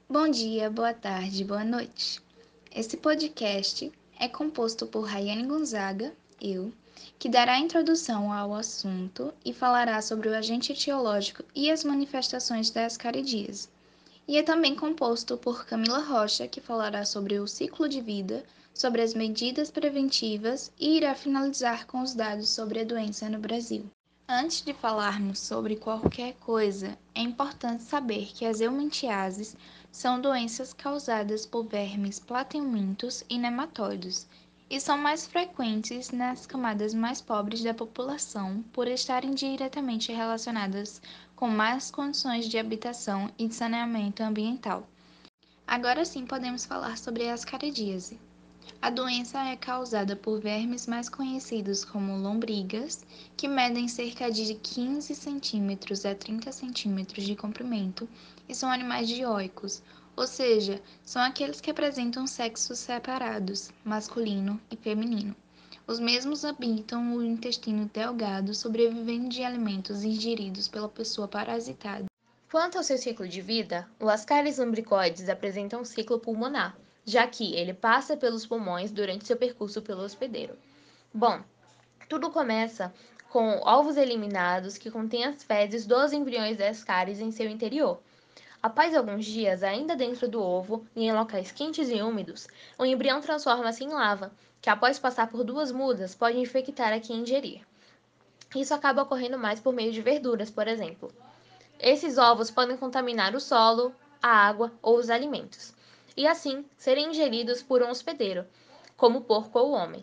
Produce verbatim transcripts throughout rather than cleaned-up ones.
Bom dia, boa tarde, boa noite. Esse podcast é composto por Rayane Gonzaga, eu, que dará a introdução ao assunto e falará sobre o agente etiológico e as manifestações da ascaridíase. E é também composto por Camila Rocha, que falará sobre o ciclo de vida, sobre as medidas preventivas e irá finalizar com os dados sobre a doença no Brasil. Antes de falarmos sobre qualquer coisa, é importante saber que as eumentiases são doenças causadas por vermes plateumintos e nematóides, e são mais frequentes nas camadas mais pobres da população por estarem diretamente relacionadas com más condições de habitação e de saneamento ambiental. Agora sim podemos falar sobre a ascaridíase. A doença é causada por vermes mais conhecidos como lombrigas, que medem cerca de quinze centímetros a trinta centímetros de comprimento e são animais dioicos, ou seja, são aqueles que apresentam sexos separados, masculino e feminino. Os mesmos habitam o intestino delgado, sobrevivendo de alimentos ingeridos pela pessoa parasitada. Quanto ao seu ciclo de vida, o Ascaris lumbricoides apresenta um ciclo pulmonar, já que ele passa pelos pulmões durante seu percurso pelo hospedeiro. Bom, tudo começa com ovos eliminados que contêm as fezes dos embriões da Ascaris em seu interior. Após alguns dias, ainda dentro do ovo e em locais quentes e úmidos, o embrião transforma-se em lava, que após passar por duas mudas pode infectar a quem ingerir. Isso acaba ocorrendo mais por meio de verduras, por exemplo. Esses ovos podem contaminar o solo, a água ou os alimentos, e assim serem ingeridos por um hospedeiro, como o porco ou o homem.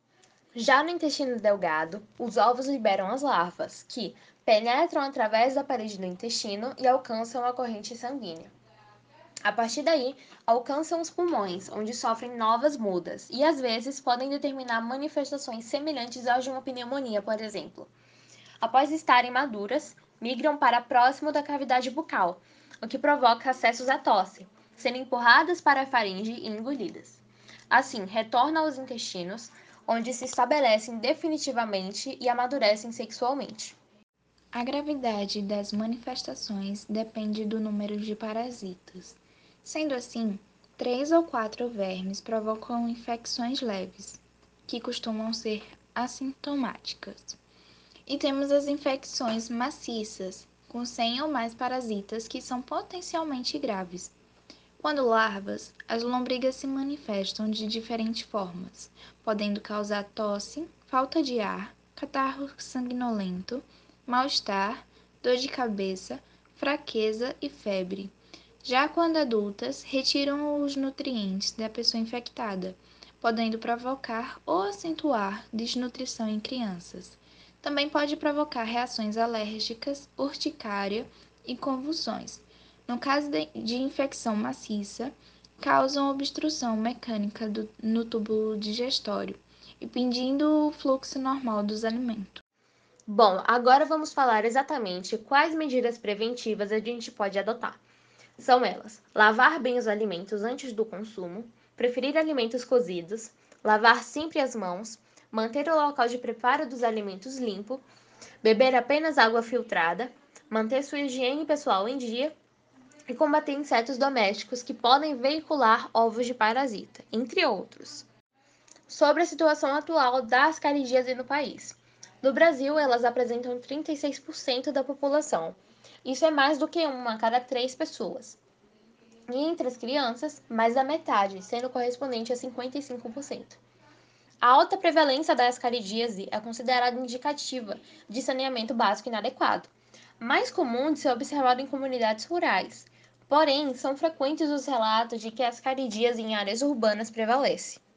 Já no intestino delgado, os ovos liberam as larvas, que penetram através da parede do intestino e alcançam a corrente sanguínea. A partir daí, alcançam os pulmões, onde sofrem novas mudas e às vezes podem determinar manifestações semelhantes às de uma pneumonia, por exemplo. Após estarem maduras, migram para próximo da cavidade bucal, o que provoca acessos à tosse, sendo empurradas para a faringe e engolidas. Assim, retornam aos intestinos, onde se estabelecem definitivamente e amadurecem sexualmente. A gravidade das manifestações depende do número de parasitas. Sendo assim, três ou quatro vermes provocam infecções leves, que costumam ser assintomáticas. E temos as infecções maciças, com cem ou mais parasitas que são potencialmente graves. Quando larvas, as lombrigas se manifestam de diferentes formas, podendo causar tosse, falta de ar, catarro sanguinolento, mal-estar, dor de cabeça, fraqueza e febre. Já quando adultas, retiram os nutrientes da pessoa infectada, podendo provocar ou acentuar desnutrição em crianças. Também pode provocar reações alérgicas, urticária e convulsões. No caso de, de infecção maciça, causam obstrução mecânica do, no tubo digestório, impedindo o fluxo normal dos alimentos. Bom, agora vamos falar exatamente quais medidas preventivas a gente pode adotar. São elas: lavar bem os alimentos antes do consumo, preferir alimentos cozidos, lavar sempre as mãos, manter o local de preparo dos alimentos limpo, beber apenas água filtrada, manter sua higiene pessoal em dia e combater insetos domésticos que podem veicular ovos de parasita, entre outros. Sobre a situação atual das caridíase no país. No Brasil, elas apresentam trinta e seis por cento da população. Isso é mais do que uma a cada três pessoas. E entre as crianças, mais da metade, sendo correspondente a cinquenta e cinco por cento. A alta prevalência da ascaridíase é considerada indicativa de saneamento básico inadequado, mais comum de ser observado em comunidades rurais. Porém, são frequentes os relatos de que a ascaridíase em áreas urbanas prevalece.